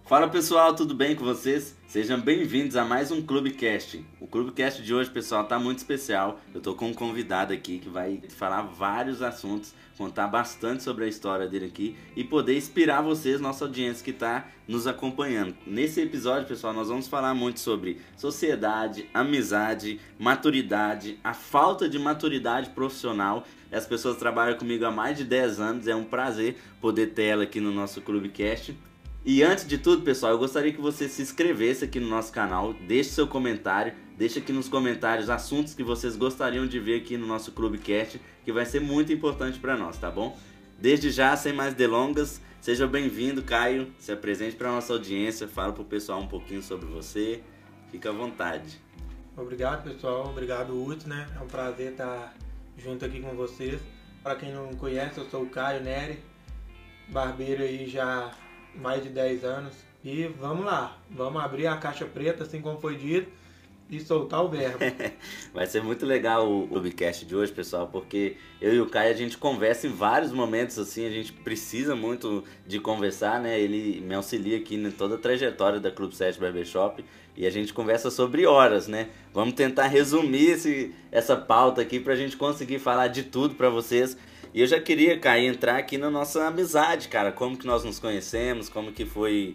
Fala pessoal, tudo bem com vocês? Sejam bem-vindos a mais um Clubecast. O Clubecast de hoje, pessoal, tá muito especial. Eu tô com um convidado aqui que vai falar vários assuntos, contar bastante sobre a história dele aqui e poder inspirar vocês, nossa audiência que tá nos acompanhando. Nesse episódio, pessoal, nós vamos falar muito sobre sociedade, amizade, maturidade, a falta de maturidade profissional. As pessoas trabalham comigo há mais de 10 anos, é um prazer poder ter ela aqui no nosso Clubecast. E antes de tudo, pessoal, eu gostaria que você se inscrevesse aqui no nosso canal, deixe seu comentário, deixe aqui nos comentários assuntos que vocês gostariam de ver aqui no nosso Clubecast, que vai ser muito importante para nós, tá bom? Desde já, sem mais delongas, seja bem-vindo, Caio, se apresente para a nossa audiência, fala para o pessoal um pouquinho sobre você, fica à vontade. Obrigado, pessoal, obrigado, Uts, né? É um prazer estar junto aqui com vocês. Para quem não conhece, eu sou o Caio Neri, barbeiro aí já mais de 10 anos, e vamos lá, vamos abrir a caixa preta, assim como foi dito, e soltar o verbo. Vai ser muito legal o Clubecast de hoje, pessoal, porque eu e o Caio, a gente conversa em vários momentos, assim, a gente precisa muito de conversar, né, ele me auxilia aqui em toda a trajetória da Club 7 Barbershop, e a gente conversa sobre horas, né, vamos tentar resumir essa pauta aqui pra gente conseguir falar de tudo pra vocês. E eu já queria, Caio, entrar aqui na nossa amizade, cara, como que nós nos conhecemos, como que foi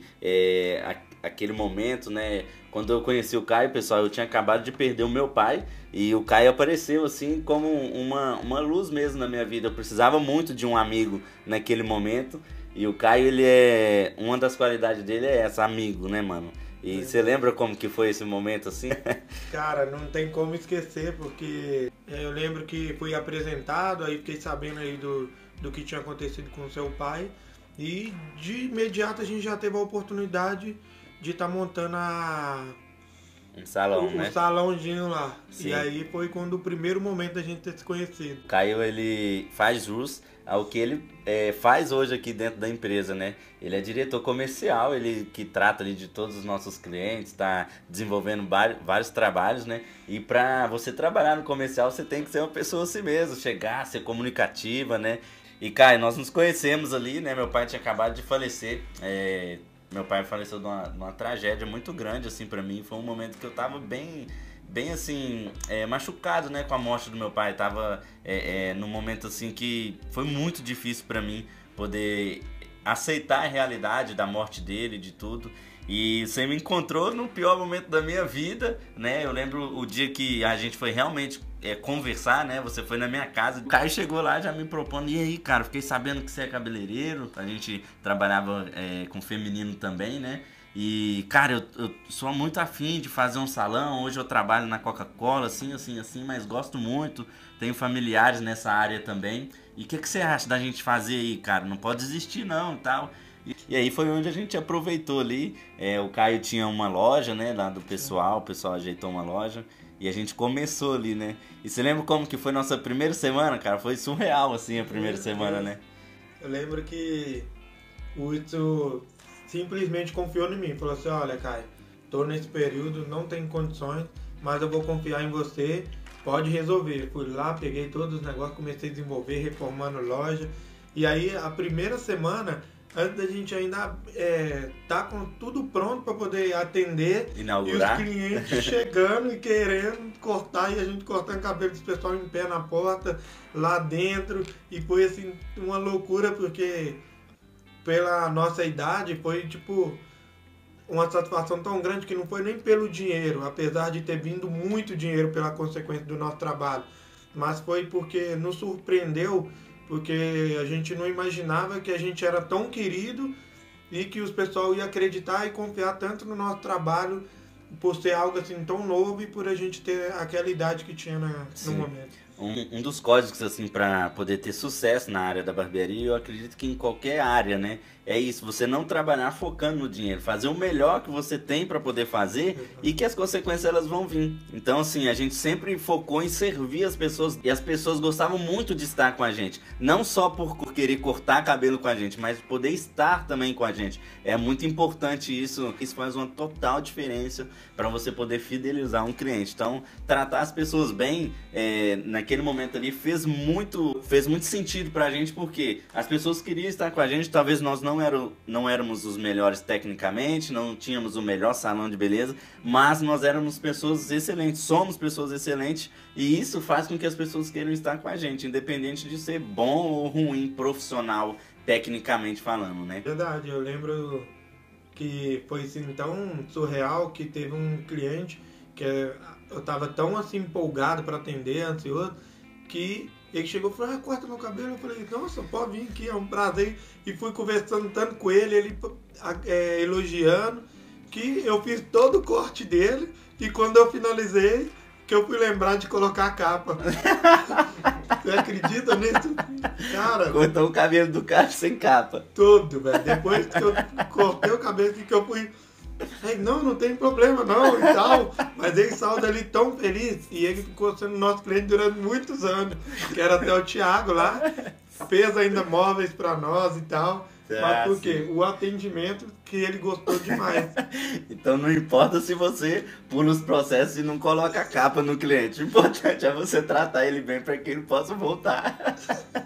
aquele momento, né? Quando eu conheci o Caio, pessoal, eu tinha acabado de perder o meu pai e o Caio apareceu assim como uma luz mesmo na minha vida. Eu precisava muito de um amigo naquele momento e o Caio, ele uma das qualidades dele é essa, amigo, né, mano? E você lembra como que foi esse momento assim? Cara, não tem como esquecer, porque eu lembro que fui apresentado, aí fiquei sabendo aí do que tinha acontecido com o seu pai, e de imediato a gente já teve a oportunidade de estar montando um salão, o né? salãozinho lá. Sim. E aí foi quando o primeiro momento da gente ter se conhecido. O Caio, ele faz jus ao que ele faz hoje aqui dentro da empresa, né? Ele é diretor comercial, ele que trata ali de todos os nossos clientes, está desenvolvendo vários trabalhos, né? E para você trabalhar no comercial, você tem que ser uma pessoa assim mesmo, chegar, ser comunicativa, né? E, Caio, nós nos conhecemos ali, né? Meu pai tinha acabado de falecer, meu pai faleceu de uma tragédia muito grande, assim, pra mim. Foi um momento que eu tava bem assim, machucado, né, com a morte do meu pai. Tava num momento, assim, que foi muito difícil pra mim poder aceitar a realidade da morte dele, de tudo. E você me encontrou no pior momento da minha vida, né? Eu lembro o dia que a gente foi realmente conversar, né? Você foi na minha casa. O Caio chegou lá já me propondo. E aí, cara, fiquei sabendo que você é cabeleireiro. A gente trabalhava com feminino também, né? E, cara, eu sou muito afim de fazer um salão. Hoje eu trabalho na Coca-Cola, assim, mas gosto muito. Tenho familiares nessa área também. E o que você acha da gente fazer aí, cara? Não pode desistir não e tal. E aí foi onde a gente aproveitou ali, o Caio tinha uma loja, né, lá do pessoal, o pessoal ajeitou uma loja e a gente começou ali, né. E você lembra como que foi nossa primeira semana, cara? Foi surreal, assim, a primeira semana, né. Eu lembro que o Itsu simplesmente confiou em mim, falou assim, olha, Caio, tô nesse período, não tenho condições, mas eu vou confiar em você, pode resolver. Fui lá, peguei todos os negócios, comecei a desenvolver, reformando loja, e aí a primeira semana, antes da gente ainda tá com tudo pronto para poder atender, inaugurar. E os clientes chegando e querendo cortar, e a gente cortando o cabelo dos pessoal em pé na porta, lá dentro, e foi assim uma loucura, porque pela nossa idade foi tipo uma satisfação tão grande que não foi nem pelo dinheiro, apesar de ter vindo muito dinheiro pela consequência do nosso trabalho, mas foi porque nos surpreendeu, porque a gente não imaginava que a gente era tão querido e que os pessoal iam acreditar e confiar tanto no nosso trabalho por ser algo assim tão novo e por a gente ter aquela idade que tinha no momento. Um dos códigos, assim, para poder ter sucesso na área da barbearia, eu acredito que em qualquer área, né? É isso, você não trabalhar focando no dinheiro, fazer o melhor que você tem para poder fazer e que as consequências elas vão vir. Então, assim, a gente sempre focou em servir as pessoas e as pessoas gostavam muito de estar com a gente. Não só por querer cortar cabelo com a gente, mas poder estar também com a gente. É muito importante isso faz uma total diferença para você poder fidelizar um cliente. Então, tratar as pessoas bem naquele momento ali fez muito sentido pra gente, porque as pessoas queriam estar com a gente, talvez nós não éramos os melhores tecnicamente, não tínhamos o melhor salão de beleza, mas nós éramos pessoas excelentes, somos pessoas excelentes, e isso faz com que as pessoas queiram estar com a gente, independente de ser bom ou ruim, profissional, tecnicamente falando, né? Verdade, eu lembro que foi assim tão surreal que teve um cliente que eu tava tão assim empolgado para atender, ansioso, que ele chegou e falou, corta meu cabelo. Eu falei, nossa, pode vir aqui, é um prazer. E fui conversando tanto com ele elogiando, que eu fiz todo o corte dele, e quando eu finalizei, que eu fui lembrar de colocar a capa. Você acredita nisso? Cara, cortou o cabelo do cara sem capa. Tudo, velho. Depois que eu cortei o cabelo, que eu fui... Não tem problema não, e tal. Mas ele saiu dali tão feliz, e ele ficou sendo nosso cliente durante muitos anos, que era até o Thiago lá, fez ainda móveis pra nós e tal. Mas por quê? O atendimento que ele gostou demais. Então não importa se você pula os processos e não coloca a capa no cliente. O importante é você tratar ele bem para que ele possa voltar.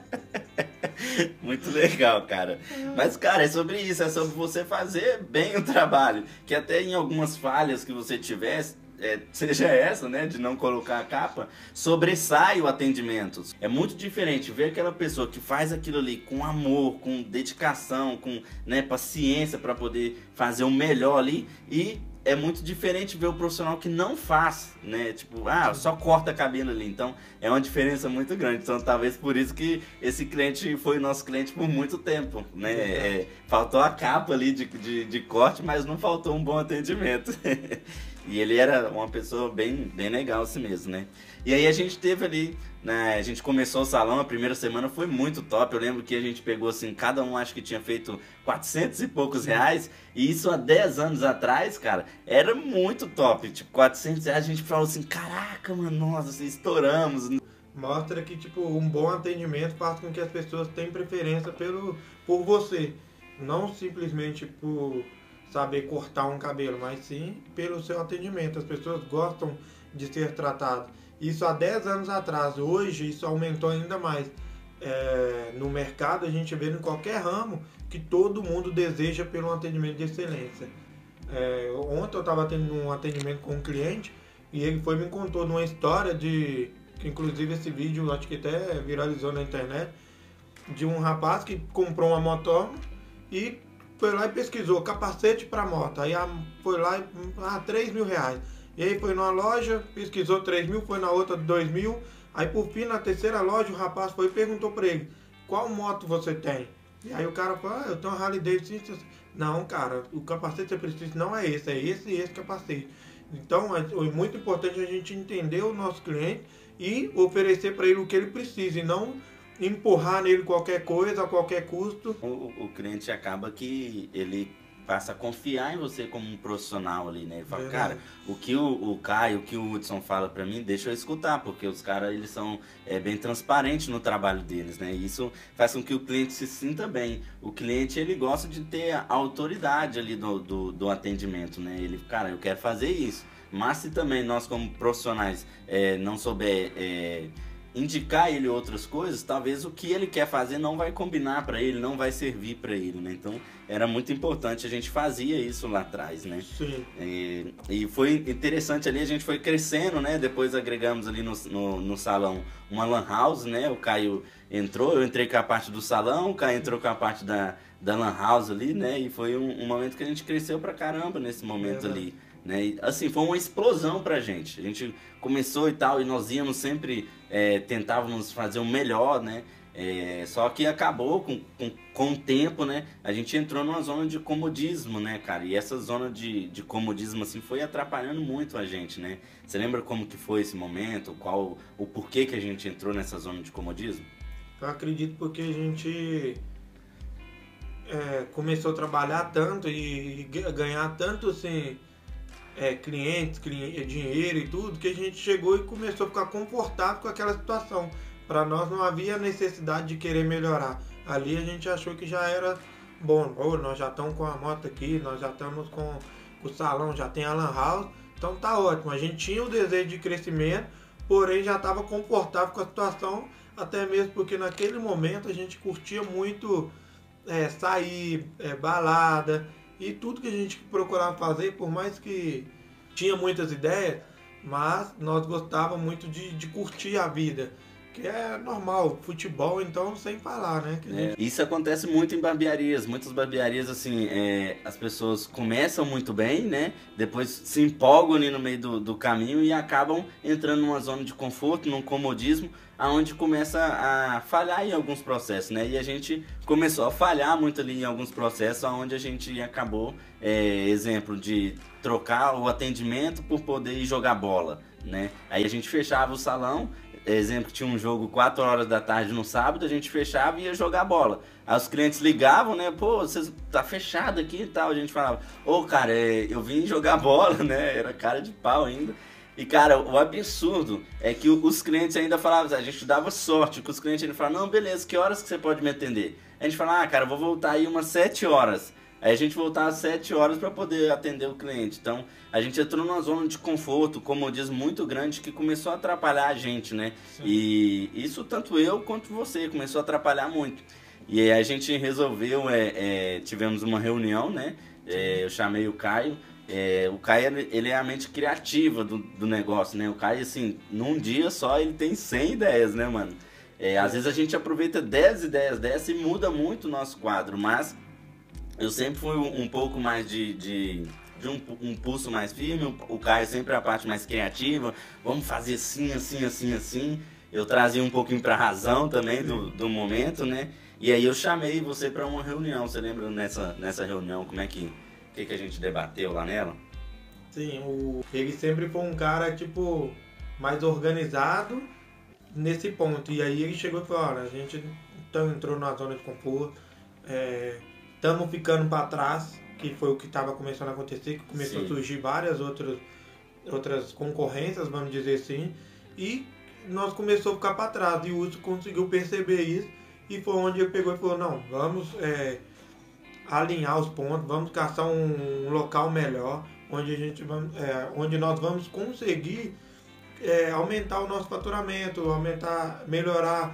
Muito legal, cara. Mas, cara, é sobre isso. É sobre você fazer bem o trabalho. Que até em algumas falhas que você tivesse, seja essa, né, de não colocar a capa, sobressai o atendimento. É muito diferente ver aquela pessoa que faz aquilo ali com amor, com dedicação, com, né, paciência para poder fazer o melhor ali, e é muito diferente ver o profissional que não faz, né, tipo, só corta cabelo ali. Então é uma diferença muito grande. Então talvez por isso que esse cliente foi nosso cliente por muito tempo, né? Faltou a capa ali de corte, mas não faltou um bom atendimento. E ele era uma pessoa bem legal assim mesmo, né? E aí a gente teve ali, né, a gente começou o salão, a primeira semana foi muito top. Eu lembro que a gente pegou assim, cada um acho que tinha feito 400 e poucos reais. E isso há 10 anos atrás, cara, era muito top. Tipo, 400 reais a gente falou assim, caraca, mano, nossa, assim, estouramos. Mostra que, tipo, um bom atendimento faz com que as pessoas tenham preferência por você. Não simplesmente por saber cortar um cabelo, mas sim pelo seu atendimento. As pessoas gostam de ser tratadas. Isso há 10 anos atrás. Hoje isso aumentou ainda mais. No mercado a gente vê em qualquer ramo que todo mundo deseja pelo um atendimento de excelência. Ontem eu estava tendo um atendimento com um cliente e ele me contou de uma história que inclusive esse vídeo acho que até viralizou na internet, de um rapaz que comprou uma moto e foi lá e pesquisou capacete para moto. Aí foi lá e 3 mil reais. E aí foi numa loja, pesquisou 3 mil, foi na outra 2 mil. Aí por fim, na terceira loja, o rapaz foi e perguntou para ele, qual moto você tem? E aí o cara falou, eu tenho uma Harley Davidson. Não, cara, o capacete que você precisa não é esse e esse capacete. Então é muito importante a gente entender o nosso cliente e oferecer para ele o que ele precisa, e não empurrar nele qualquer coisa a qualquer custo. O cliente acaba que ele passa a confiar em você como um profissional ali, né? Ele fala, cara, o que o Caio, o que o Hudson fala pra mim, deixa eu escutar, porque os caras, eles são bem transparentes no trabalho deles, né? E isso faz com que o cliente se sinta bem. O cliente, ele gosta de ter a autoridade ali do atendimento, né? Ele, cara, eu quero fazer isso. Mas se também nós como profissionais não souber indicar ele outras coisas, talvez o que ele quer fazer não vai combinar para ele, não vai servir para ele, né? Então era muito importante, a gente fazia isso lá atrás, né? Sim. E foi interessante ali, a gente foi crescendo, né? Depois agregamos ali no salão uma lan house, né? O Caio entrou, eu entrei com a parte do salão, o Caio entrou com a parte da lan house ali, né? E foi um momento que a gente cresceu pra caramba nesse momento ali, né? E, assim, foi uma explosão pra gente. A gente começou e tal, e nós íamos sempre, tentávamos fazer o melhor, né? Só que acabou com o tempo, né? A gente entrou numa zona de comodismo, né, cara? E essa zona de comodismo, assim, foi atrapalhando muito a gente, né? Você lembra como que foi esse momento? O porquê que a gente entrou nessa zona de comodismo? Eu acredito porque a gente começou a trabalhar tanto e ganhar tanto, assim, clientes, dinheiro e tudo, que a gente chegou e começou a ficar confortável com aquela situação. Para nós não havia necessidade de querer melhorar. Ali a gente achou que já era bom. Nós já estamos com a moto aqui, nós já estamos com o salão, já tem a lan house. Então tá ótimo. A gente tinha o desejo de crescimento, porém já estava confortável com a situação, até mesmo porque naquele momento a gente curtia muito sair, balada e tudo que a gente procurava fazer, por mais que tinha muitas ideias, mas nós gostávamos muito de curtir a vida. Que é normal, futebol então sem falar, né? Isso acontece muito em barbearias. Muitas barbearias, assim, as pessoas começam muito bem, né? Depois se empolgam ali no meio do caminho e acabam entrando numa zona de conforto, num comodismo, aonde começa a falhar em alguns processos, né? E a gente começou a falhar muito ali em alguns processos, onde a gente acabou, exemplo, de trocar o atendimento por poder ir jogar bola, né? Aí a gente fechava o salão. Exemplo, tinha um jogo 4 horas da tarde no sábado, a gente fechava e ia jogar bola. Aí os clientes ligavam, né? Pô, você tá fechado aqui e tal. A gente falava, cara, eu vim jogar bola, né? Era cara de pau ainda. E, cara, o absurdo é que os clientes ainda falavam, a gente dava sorte, que os clientes ainda falavam, não, beleza, que horas que você pode me atender? A gente falava, cara, eu vou voltar aí umas 7 horas. Aí a gente voltava às 7 horas para poder atender o cliente. Então, a gente entrou numa zona de conforto, comodismo muito grande, que começou a atrapalhar a gente, né? Sim. E isso tanto eu quanto você, começou a atrapalhar muito. E aí a gente resolveu, tivemos uma reunião, né? Eu chamei o Caio. O Caio, ele é a mente criativa do negócio, né? O Caio, assim, num dia só ele tem 100 ideias, né, mano? Às vezes a gente aproveita 10 ideias dessas e muda muito o nosso quadro, mas eu sempre fui um pouco mais de um pulso mais firme, o Caio sempre a parte mais criativa, vamos fazer assim, assim, assim, assim. Eu trazia um pouquinho pra razão também do momento, né? E aí eu chamei você pra uma reunião, você lembra nessa reunião, como é que a gente debateu lá nela? Sim, ele sempre foi um cara, tipo, mais organizado nesse ponto. E aí ele chegou e falou, olha, a gente então entrou na zona de conforto, estamos ficando para trás, que foi o que estava começando a acontecer, que começou Sim. a surgir várias outras concorrências, vamos dizer assim, e nós começamos a ficar para trás, e o Hudson conseguiu perceber isso, e foi onde ele pegou e falou, não, vamos alinhar os pontos, vamos caçar um local melhor, onde nós vamos conseguir aumentar o nosso faturamento, melhorar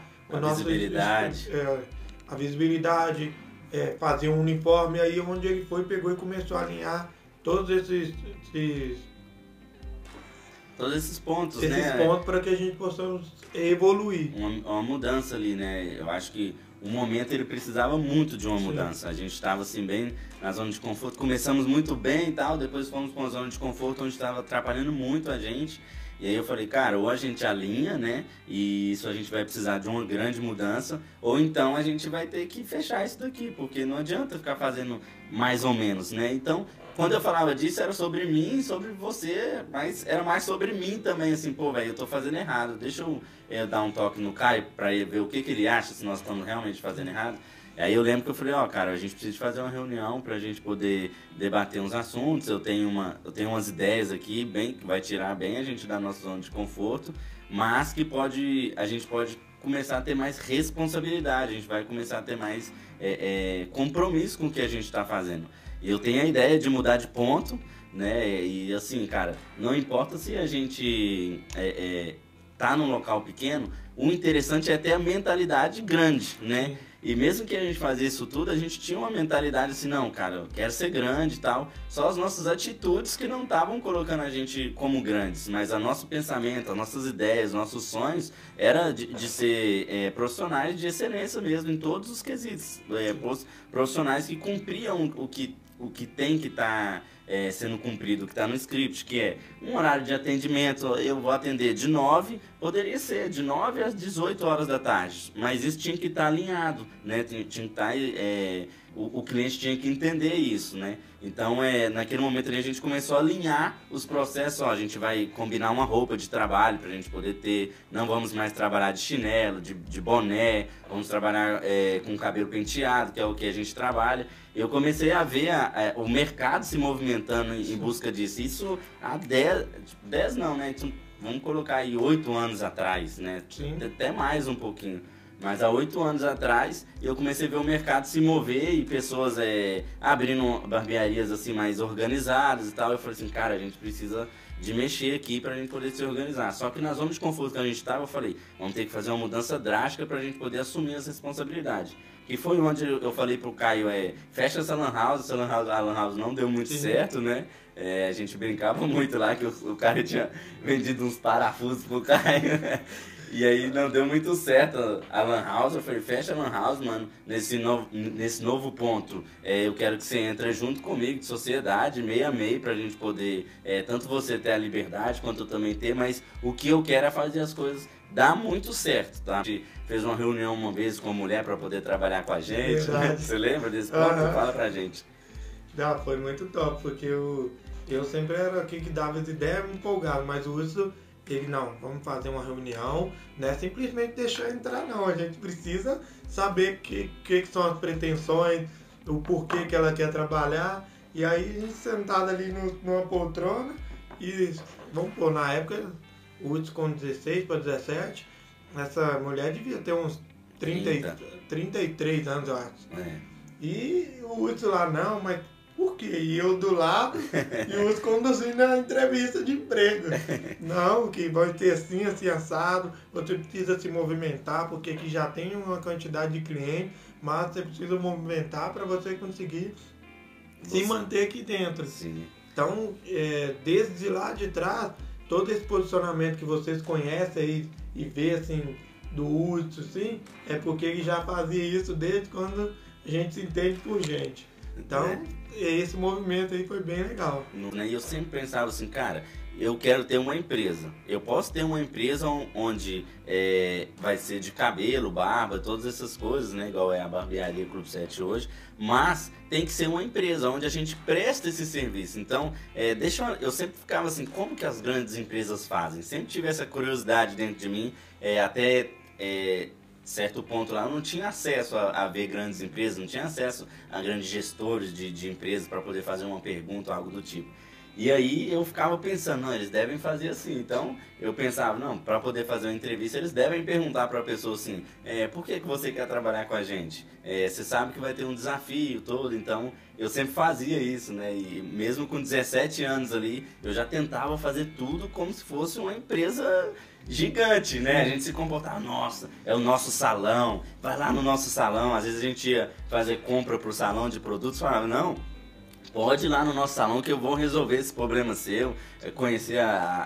a visibilidade, fazer um uniforme, aí onde ele pegou e começou a alinhar todos esses pontos, né? Esses pontos para que a gente possa evoluir. Uma mudança ali, né? Eu acho que o momento ele precisava muito de uma mudança. A gente estava assim bem na zona de conforto, começamos muito bem e tal, depois fomos para uma zona de conforto onde estava atrapalhando muito a gente. E aí eu falei, cara, ou a gente alinha, né, e isso a gente vai precisar de uma grande mudança, ou então a gente vai ter que fechar isso daqui, porque não adianta ficar fazendo mais ou menos, né? Então, quando eu falava disso, era sobre mim, sobre você, mas era mais sobre mim também, assim, pô, velho, eu tô fazendo errado, deixa eu dar um toque no Caio pra ele ver o que ele acha, se nós estamos realmente fazendo errado. Aí eu lembro que eu falei, cara, a gente precisa fazer uma reunião pra gente poder debater uns assuntos, eu tenho umas ideias aqui, que vai tirar bem a gente da nossa zona de conforto, mas que a gente pode começar a ter mais responsabilidade, a gente vai começar a ter mais compromisso com o que a gente está fazendo. E eu tenho a ideia de mudar de ponto, né, e assim, cara, não importa se a gente tá num local pequeno, o interessante é ter a mentalidade grande, né? E mesmo que a gente fazia isso tudo, a gente tinha uma mentalidade assim, não, cara, eu quero ser grande e tal. Só as nossas atitudes que não estavam colocando a gente como grandes, mas o nosso pensamento, as nossas ideias, nossos sonhos, era de ser profissionais de excelência mesmo, em todos os quesitos. Profissionais que cumpriam o que tem que estar sendo cumprido, o que está no script, que é um horário de atendimento, eu vou atender de 9, poderia ser de 9 às 18 horas da tarde, mas isso tinha que estar alinhado, né? Tinha que estar, o cliente tinha que entender isso, né? Então, naquele momento ali, a gente começou a alinhar os processos, a gente vai combinar uma roupa de trabalho para a gente poder ter, não vamos mais trabalhar de chinelo, de boné, vamos trabalhar com cabelo penteado, que é o que a gente trabalha. Eu comecei a ver o mercado se movimentando em busca disso. Isso há 10 não, né? Vamos colocar aí 8 anos atrás, né? Sim. Até mais um pouquinho. Mas há 8 anos atrás, eu comecei a ver o mercado se mover e pessoas abrindo barbearias assim mais organizadas e tal. Eu falei assim, cara, a gente precisa de mexer aqui pra gente poder se organizar. Só que na zona de conforto que a gente estava, eu falei, vamos ter que fazer uma mudança drástica pra gente poder assumir as responsabilidades. Que foi onde eu falei pro Caio, fecha essa lan house, a lan house não deu muito certo, né? A gente brincava muito lá que o Caio tinha vendido uns parafusos pro Caio, né? E aí não deu muito certo a lan house. Eu falei, fecha a lan house, mano, nesse novo ponto. Eu quero que você entre junto comigo, de sociedade, meio a meio, pra gente poder, tanto você ter a liberdade, quanto eu também ter, mas o que eu quero é fazer as coisas dar muito certo, tá? A gente fez uma reunião uma vez com a mulher pra poder trabalhar com a gente, né? Você lembra desse ponto? Fala pra gente. Não, foi muito top, porque eu sempre era aqui que dava as ideias, me empolgava, mas o Hudson, ele não, vamos fazer uma reunião, não é simplesmente deixar entrar não, a gente precisa saber que são as pretensões, o porquê que ela quer trabalhar, e aí a gente sentado ali numa poltrona, e vamos pôr, na época, o Hudson com 16 para 17, essa mulher devia ter uns 33 anos, eu acho. E o Hudson lá, não, mas por quê? E eu do lado e o Hudson conduzindo a entrevista de emprego. Não, que vai ter assim, assim, assado, você precisa se movimentar, porque aqui já tem uma quantidade de clientes, mas você precisa movimentar para você conseguir se manter aqui dentro. Sim. Então, desde lá de trás, todo esse posicionamento que vocês conhecem aí e vê assim do Hudson, assim, é porque ele já fazia isso desde quando a gente se entende por gente. Então, esse movimento aí foi bem legal. E eu sempre pensava assim, cara, eu quero ter uma empresa. Eu posso ter uma empresa onde vai ser de cabelo, barba, todas essas coisas, né? Igual é a barbearia Clube 7 hoje. Mas tem que ser uma empresa onde a gente presta esse serviço. Então, eu sempre ficava assim, como que as grandes empresas fazem? Sempre tive essa curiosidade dentro de mim, até certo ponto lá eu não tinha acesso a ver grandes empresas, não tinha acesso a grandes gestores de empresas para poder fazer uma pergunta ou algo do tipo. E aí eu ficava pensando, não, eles devem fazer assim. Então eu pensava, não, para poder fazer uma entrevista eles devem perguntar para a pessoa assim, por que você quer trabalhar com a gente? Você sabe que vai ter um desafio todo, então eu sempre fazia isso, né? E mesmo com 17 anos ali, eu já tentava fazer tudo como se fosse uma empresa gigante, né? A gente se comportava, nossa, é o nosso salão, vai lá no nosso salão. Às vezes a gente ia fazer compra pro salão de produtos, falava, não, pode ir lá no nosso salão que eu vou resolver esse problema seu, conhecer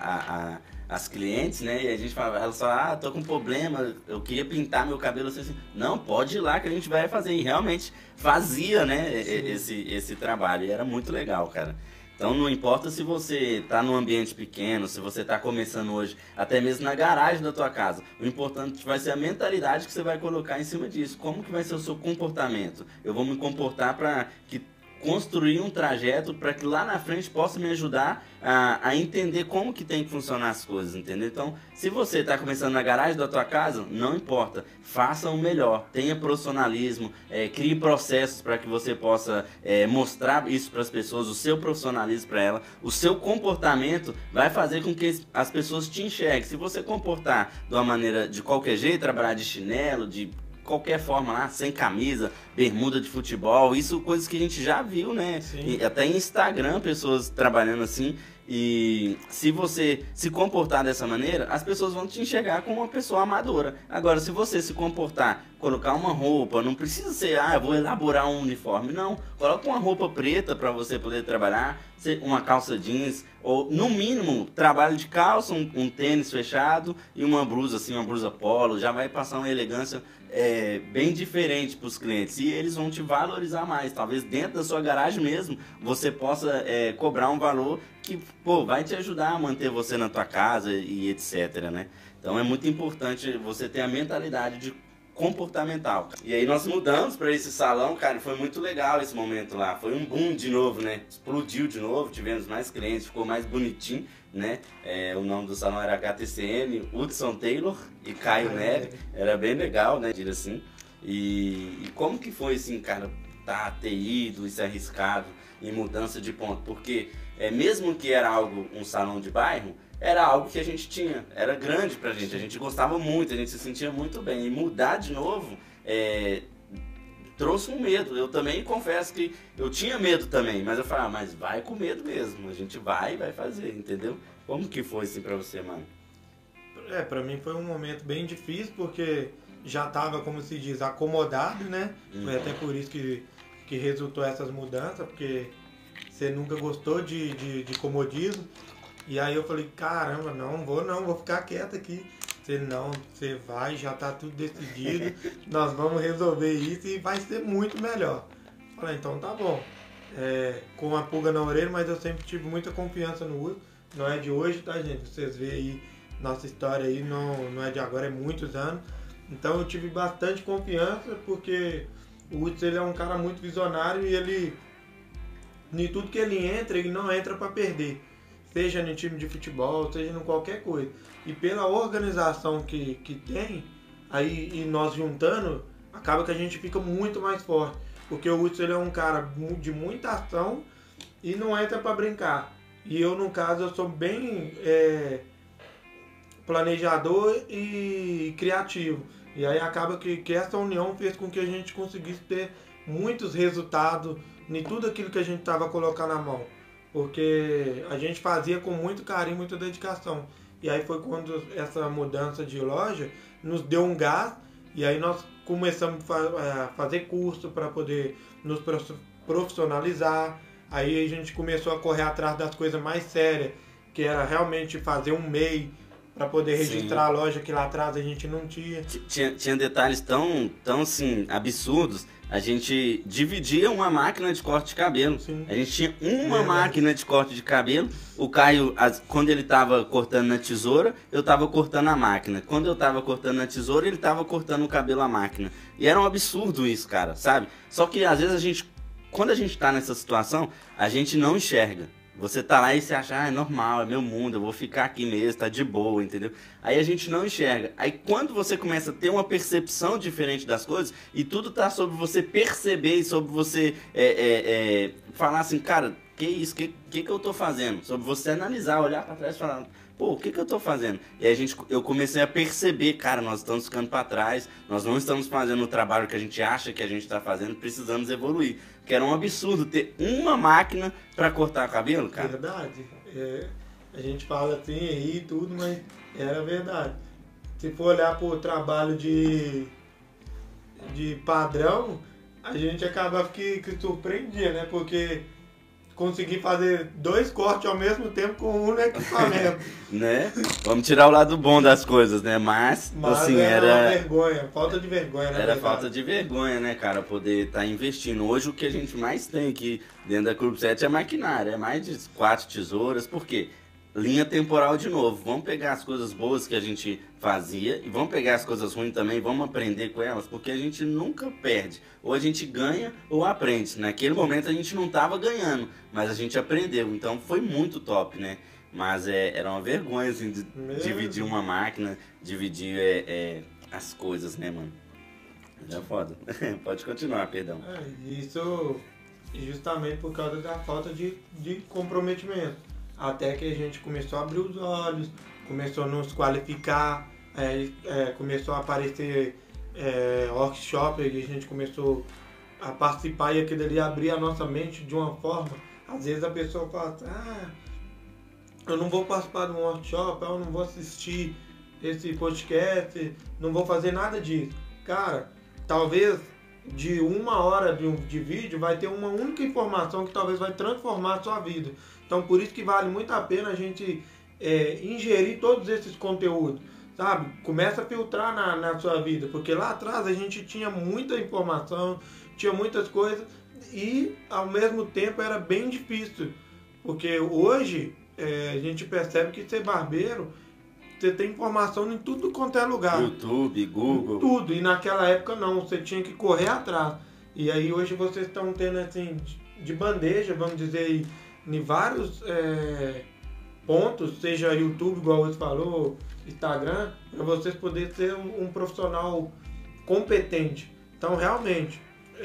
as clientes, né? E a gente falava, elas falavam, tô com problema, eu queria pintar meu cabelo assim, não, pode ir lá que a gente vai fazer. E realmente fazia, né, esse trabalho, e era muito legal, cara. Então não importa se você está num ambiente pequeno, se você está começando hoje, até mesmo na garagem da tua casa. O importante vai ser a mentalidade que você vai colocar em cima disso. Como que vai ser o seu comportamento? Eu vou me comportar para que construir um trajeto para que lá na frente possa me ajudar a entender como que tem que funcionar as coisas, entendeu? Então, se você está começando na garagem da tua casa, não importa, faça o melhor, tenha profissionalismo, crie processos para que você possa mostrar isso para as pessoas, o seu profissionalismo para ela, o seu comportamento vai fazer com que as pessoas te enxerguem. Se você comportar de uma maneira de qualquer jeito, trabalhar de chinelo, de qualquer forma lá, sem camisa, bermuda de futebol, isso coisas que a gente já viu, né? E até em Instagram, pessoas trabalhando assim. E se você se comportar dessa maneira, as pessoas vão te enxergar como uma pessoa amadora. Agora, se você se comportar, colocar uma roupa, não precisa ser, eu vou elaborar um uniforme, não. Coloca uma roupa preta para você poder trabalhar, uma calça jeans, ou no mínimo, trabalho de calça, um tênis fechado e uma blusa assim, uma blusa polo, já vai passar uma elegância bem diferente para os clientes. E eles vão te valorizar mais. Talvez dentro da sua garagem mesmo, você possa cobrar um valor que, vai te ajudar a manter você na tua casa e etc, né? Então é muito importante você ter a mentalidade de comportamental. E aí nós mudamos para esse salão, cara, e foi muito legal esse momento lá. Foi um boom de novo, né? Explodiu de novo, tivemos mais clientes, ficou mais bonitinho, né? O nome do salão era HTCM, Hudson Taylor e Caio Neri. Era bem legal, né? Dizer assim. E como que foi, assim, cara, ter ido e se arriscado em mudança de ponto? Porque mesmo que era um salão de bairro, era algo que a gente tinha, era grande pra gente, a gente gostava muito, a gente se sentia muito bem. E mudar de novo, trouxe um medo. Eu também confesso que eu tinha medo também, mas eu falei, mas vai com medo mesmo, a gente vai fazer, entendeu? Como que foi assim pra você, mano? Pra mim foi um momento bem difícil, porque já tava, como se diz, acomodado, né? Foi até por isso que resultou essas mudanças, porque você nunca gostou de comodismo. E aí eu falei, caramba, vou ficar quieto aqui. Você vai, já tá tudo decidido, nós vamos resolver isso e vai ser muito melhor. Falei, então tá bom. Com a pulga na orelha, mas eu sempre tive muita confiança no Hudson. Não é de hoje, tá, gente? Vocês veem aí, nossa história aí não é de agora, é muitos anos. Então eu tive bastante confiança, porque o Hudson, ele é um cara muito visionário e ele, em tudo que ele entra, ele não entra para perder. Seja no time de futebol, seja em qualquer coisa. E pela organização que tem, aí e nós juntando, acaba que a gente fica muito mais forte. Porque o Hudson, ele é um cara de muita ação e não entra para brincar. E eu, no caso, eu sou bem planejador e criativo. E aí acaba que essa união fez com que a gente conseguisse ter muitos resultados em tudo aquilo que a gente estava colocando na mão. Porque a gente fazia com muito carinho, muita dedicação. E aí foi quando essa mudança de loja nos deu um gás, e aí nós começamos a fazer curso para poder nos profissionalizar. Aí a gente começou a correr atrás das coisas mais sérias, que era realmente fazer um MEI para poder registrar a loja, que lá atrás a gente não tinha. Tinha detalhes tão assim, absurdos. A gente dividia uma máquina de corte de cabelo. Sim. A gente tinha uma máquina de corte de cabelo. O Caio, quando ele estava cortando na tesoura, eu estava cortando a máquina. Quando eu estava cortando na tesoura, ele estava cortando o cabelo à máquina. E era um absurdo isso, cara, sabe? Só que às vezes quando a gente está nessa situação, a gente não enxerga. Você tá lá e você acha, é normal, é meu mundo, eu vou ficar aqui mesmo, tá de boa, entendeu? Aí a gente não enxerga. Aí quando você começa a ter uma percepção diferente das coisas, e tudo tá sobre você perceber e sobre você falar assim, cara, que isso, que eu tô fazendo? Sobre você analisar, olhar pra trás e falar, pô, o que eu tô fazendo? E aí eu comecei a perceber, cara, nós estamos ficando pra trás, nós não estamos fazendo o trabalho que a gente acha que a gente tá fazendo, precisamos evoluir. Que era um absurdo ter uma máquina pra cortar cabelo, cara. Verdade. A gente fala assim, ri e tudo, mas era verdade. Se for olhar pro trabalho de padrão, a gente acaba que surpreendia, né? Porque consegui fazer 2 cortes ao mesmo tempo com um equipamento. Né? Vamos tirar o lado bom das coisas, né? Mas assim, era uma vergonha, falta de vergonha, né? Era falta de vergonha, né, cara? Poder estar investindo. Hoje o que a gente mais tem aqui dentro da Clube 7 é maquinário. É mais de 4 tesouras. Por quê? Linha temporal de novo. Vamos pegar as coisas boas que a gente fazia e vamos pegar as coisas ruins também, vamos aprender com elas, porque a gente nunca perde. Ou a gente ganha ou aprende. Naquele momento a gente não estava ganhando, mas a gente aprendeu. Então foi muito top, né? Mas era uma vergonha, assim, dividir uma máquina, dividir as coisas, né, mano? Era foda. Pode continuar, perdão. Isso justamente por causa da falta de comprometimento. Até que a gente começou a abrir os olhos, começou a nos qualificar, começou a aparecer workshop, e a gente começou a participar e aquilo ali abrir a nossa mente de uma forma. Às vezes a pessoa fala, eu não vou participar de um workshop, eu não vou assistir esse podcast, não vou fazer nada disso. Cara, talvez de 1 hora de vídeo vai ter uma única informação que talvez vai transformar a sua vida. Então por isso que vale muito a pena a gente ingerir todos esses conteúdos, sabe? Começa a filtrar na sua vida, porque lá atrás a gente tinha muita informação, tinha muitas coisas e ao mesmo tempo era bem difícil, porque hoje a gente percebe que ser barbeiro, você tem informação em tudo quanto é lugar. YouTube, Google. Tudo. E naquela época não, você tinha que correr atrás. E aí hoje vocês estão tendo assim, de bandeja, vamos dizer, em vários pontos, seja YouTube, igual você falou, Instagram, para vocês poderem ser um profissional competente. Então realmente,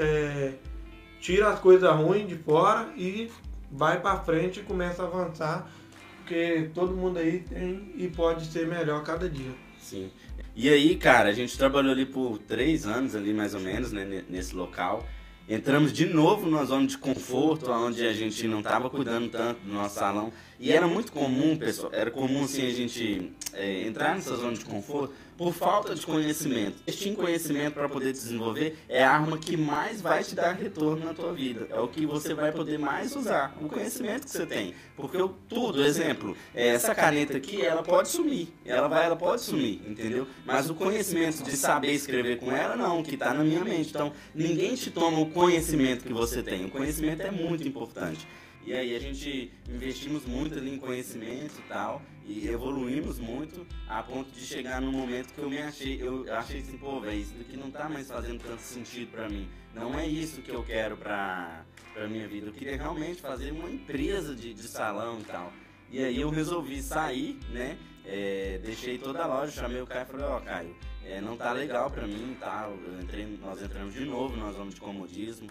tira as coisas ruins de fora e vai para frente e começa a avançar. Porque todo mundo aí tem e pode ser melhor cada dia. Sim. E aí, cara, a gente trabalhou ali por 3 anos, ali mais ou menos, né, nesse local. Entramos de novo numa zona de conforto, onde a gente não estava cuidando tanto do nosso salão. E era muito comum, pessoal, era comum assim a gente entrar nessa zona de conforto por falta de conhecimento. Investir em conhecimento para poder desenvolver é a arma que mais vai te dar retorno na tua vida. É o que você vai poder mais usar, o conhecimento que você tem. Porque tudo, exemplo, essa caneta aqui, ela pode sumir, ela pode sumir, entendeu? Mas o conhecimento de saber escrever com ela, não, que está na minha mente. Então, ninguém te toma o conhecimento que você tem. O conhecimento é muito importante. E aí a gente investimos muito ali em conhecimento e tal, e evoluímos muito a ponto de chegar num momento que eu achei assim, pô, velho, isso daqui não tá mais fazendo tanto sentido pra mim. Não é isso que eu quero pra minha vida. Eu queria realmente fazer uma empresa de salão e tal. E aí eu resolvi sair, né? Deixei toda a loja, chamei o Caio e falei, ó, Caio, não tá legal pra mim e tal. Nós entramos de novo na zona de comodismo.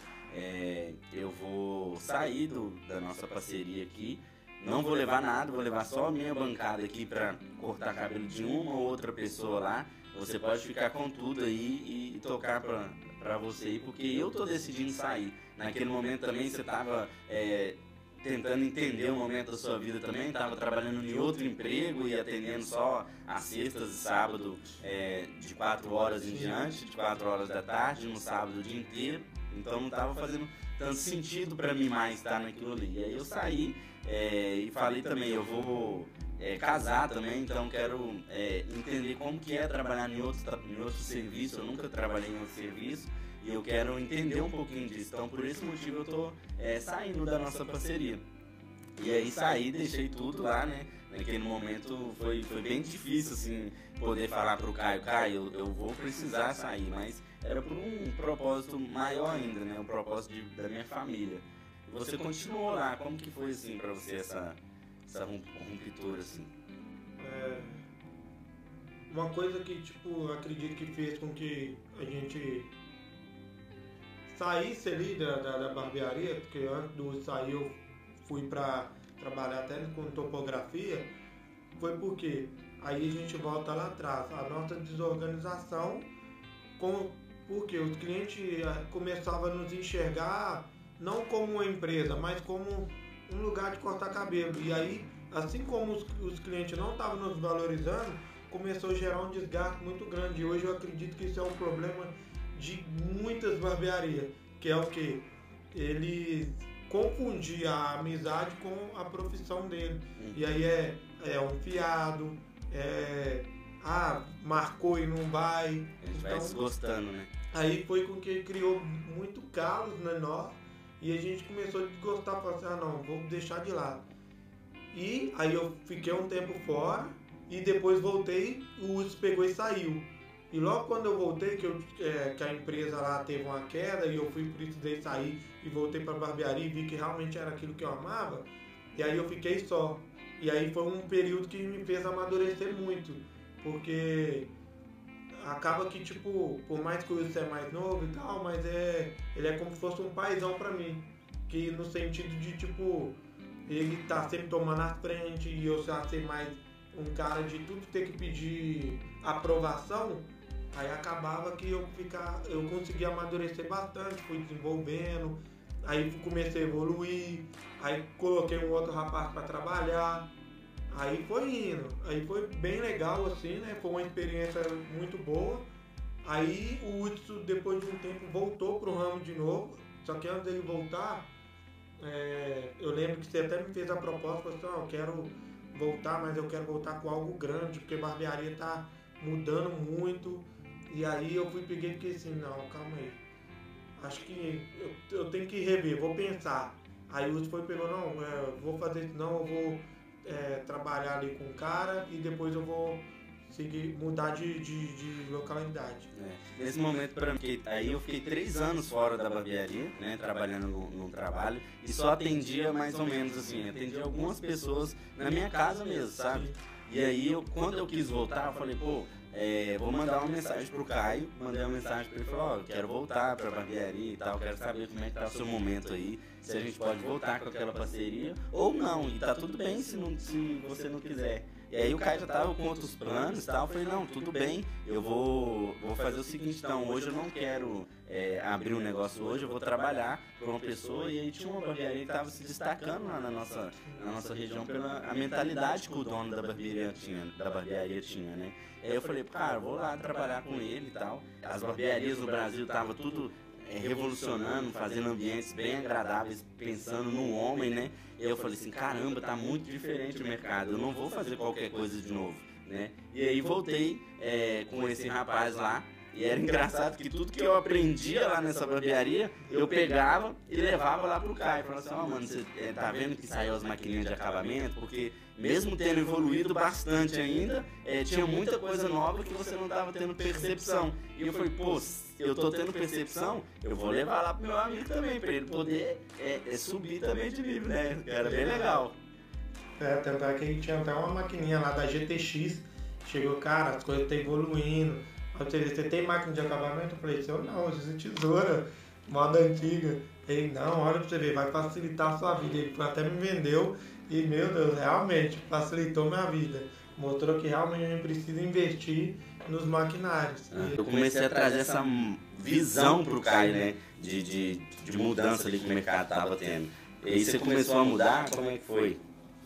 Eu vou sair da nossa parceria aqui, não vou levar nada, vou levar só a minha bancada aqui para cortar cabelo de uma ou outra pessoa lá. Você pode ficar com tudo aí e tocar para você aí, porque eu tô decidindo sair. Naquele momento também você tava tentando entender o momento da sua vida também, tava trabalhando em outro emprego e atendendo só às sextas e sábado de 4 horas em diante, de 4 horas da tarde, no sábado o dia inteiro. Então não estava fazendo tanto sentido para mim mais estar naquilo ali. E aí eu saí e falei também, eu vou casar também, então quero entender como que é trabalhar em outro serviço. Eu nunca trabalhei em outro serviço e eu quero entender um pouquinho disso. Então por esse motivo eu estou saindo da nossa parceria. E aí saí, deixei tudo lá, né? Naquele momento foi bem difícil, assim, poder falar pro Caio, eu vou precisar sair, mas era por um propósito maior ainda, né? Um propósito da minha família. E você continuou lá, como que foi, assim, pra você essa ruptura, assim? Uma coisa que, tipo, acredito que fez com que a gente saísse ali da barbearia, porque antes do sair eu fui para trabalhar até com topografia, foi porque aí a gente volta lá atrás, a nossa desorganização, porque os clientes começavam a nos enxergar não como uma empresa, mas como um lugar de cortar cabelo. E aí, assim como os clientes não estavam nos valorizando, começou a gerar um desgaste muito grande. E hoje eu acredito que isso é um problema de muitas barbearias, que é o que? Eles confundir a amizade com a profissão dele. E aí é um fiado, marcou e não vai. A gente vai desgostando, né? Aí foi com que criou muito calos na nós e a gente começou a desgostar, falar assim, não, vou deixar de lado. E aí eu fiquei um tempo fora e depois voltei, o Uso pegou e saiu. E logo quando eu voltei, que a empresa lá teve uma queda e eu precisei sair e voltei para a barbearia e vi que realmente era aquilo que eu amava, e aí eu fiquei só. E aí foi um período que me fez amadurecer muito, porque acaba que, tipo, por mais que o Wilson é mais novo e tal, mas ele é como se fosse um paizão para mim, que no sentido de, tipo, ele tá sempre tomando a frente e eu já ser mais um cara de tudo ter que pedir aprovação. Aí acabava que eu conseguia amadurecer bastante, fui desenvolvendo, aí comecei a evoluir, aí coloquei um outro rapaz para trabalhar, aí foi indo, aí foi bem legal assim, né? Foi uma experiência muito boa. Aí o Hudson, depois de um tempo, voltou pro ramo de novo, só que antes dele voltar, eu lembro que você até me fez a proposta, falou assim, eu quero voltar, mas eu quero voltar com algo grande, porque a barbearia tá mudando muito. E aí eu peguei e fiquei assim, não, calma aí, acho que eu tenho que rever, vou pensar. Aí o Hudson pegou, não, vou fazer isso não, eu vou trabalhar ali com o cara e depois eu vou mudar de localidade. Nesse momento, pra mim, aí eu fiquei 3 anos fora da barbearia, né, trabalhando no trabalho, e só atendia mais ou menos assim, atendia algumas pessoas na minha casa mesmo, sabe? E aí, quando eu quis voltar, eu falei, pô, vou mandar uma mensagem pro Caio, mandei uma mensagem pra ele, falou, eu quero voltar pra barbearia e tal, quero saber como é que tá o seu momento aí, se a gente pode voltar com aquela parceria ou não, e tá tudo bem se você não quiser. E aí o Caio já tava com outros planos e tal. Eu falei, não, tudo bem, eu vou fazer o seguinte, então, hoje eu não quero abrir um negócio hoje, eu vou trabalhar para uma pessoa. E aí tinha uma barbearia que tava se destacando lá na nossa região pela a mentalidade que o dono da barbearia tinha, né? Aí eu falei, cara, vou lá trabalhar com ele e tal. As barbearias no Brasil tava tudo revolucionando, fazendo ambientes bem agradáveis, pensando no homem, né? E eu falei assim, caramba, tá muito diferente o mercado, eu não vou fazer qualquer coisa de novo, né? E aí voltei com esse rapaz lá, e era engraçado que tudo que eu aprendia lá nessa barbearia, eu pegava e levava lá pro Caio. Falava assim, mano, você tá vendo que saiu as maquininhas de acabamento? Porque mesmo tendo evoluído bastante ainda, tinha muita coisa nova que você não tava tendo percepção. E eu falei, pô, eu tô tendo percepção, eu vou levar lá pro meu amigo também, pra ele poder subir também de nível, né? Era bem legal. Tanto é que a gente tinha até uma maquininha lá da GTX, chegou, cara, as coisas estão evoluindo. Você tem máquina de acabamento? Eu falei, eu não, eu uso tesoura, moda antiga. Ele, não, olha pra você ver, vai facilitar a sua vida. Ele até me vendeu e, meu Deus, realmente facilitou minha vida. Mostrou que realmente a gente precisa investir nos maquinários. Eu comecei a trazer essa visão pro Caio, né, de mudança ali que o mercado tava tendo. E aí você começou a mudar, como é que foi?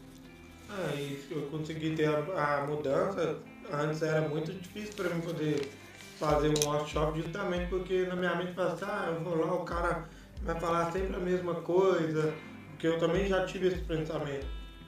Eu consegui ter a mudança. Antes era muito difícil para mim poder fazer um workshop, justamente porque na minha mente fala assim, eu vou lá, o cara vai falar sempre a mesma coisa, porque eu também já tive esse pensamento.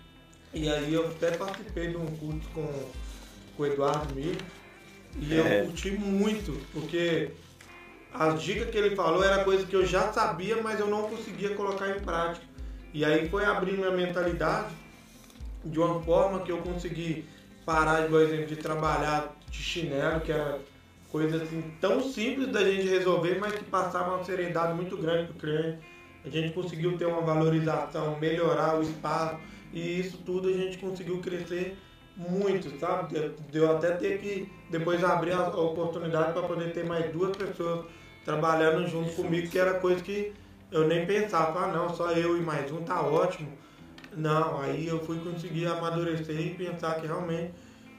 E aí eu até participei de um curso com o Eduardo Milho, e eu curti muito, porque as dicas que ele falou era coisa que eu já sabia, mas eu não conseguia colocar em prática. E aí foi abrindo minha mentalidade de uma forma que eu consegui parar, por exemplo, de trabalhar de chinelo, que era coisa assim tão simples da gente resolver, mas que passava uma seriedade muito grande para o cliente. A gente conseguiu ter uma valorização, melhorar o espaço, e isso tudo a gente conseguiu crescer muito, sabe? Deu até ter que depois abrir a oportunidade para poder ter mais 2 pessoas trabalhando junto comigo, que era coisa que eu nem pensava, não, só eu e mais um tá ótimo. Não, aí eu fui conseguir amadurecer e pensar que realmente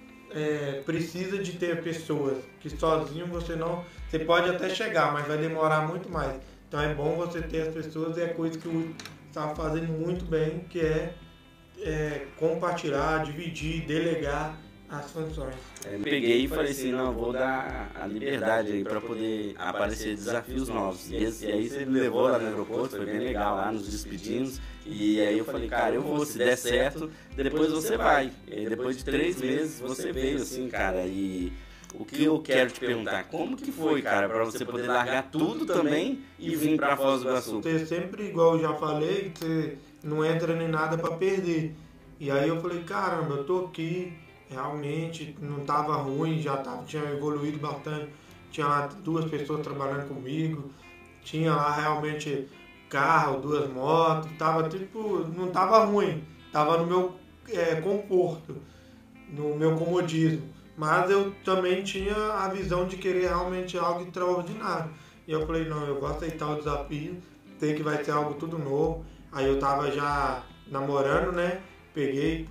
precisa de ter pessoas, que sozinho você não... Você pode até chegar, mas vai demorar muito mais. Então é bom você ter as pessoas, e é coisa que o está fazendo muito bem, que é compartilhar, dividir, delegar as funções. Peguei e falei assim, não, vou dar a liberdade aí para poder aparecer desafios novos. E aí você me levou lá no aeroporto, foi bem legal lá, nos despedimos. E aí eu falei, cara, eu vou, se der certo, depois você vai. E depois de 3 meses você veio assim, cara, e o que eu quero te perguntar, como que foi, cara, para você poder largar tudo também e vir para Foz do Iguaçu? Você sempre, igual eu já falei, você não entra nem nada para perder. E aí eu falei, caramba, eu tô aqui, realmente não estava ruim, tinha evoluído bastante, tinha lá 2 pessoas trabalhando comigo, tinha lá realmente carro, 2 motos, não estava ruim, estava no meu conforto, no meu comodismo, mas eu também tinha a visão de querer realmente algo extraordinário. E eu falei, não, eu vou aceitar o desafio, sei que vai ser algo tudo novo. Aí eu estava já namorando, né, peguei,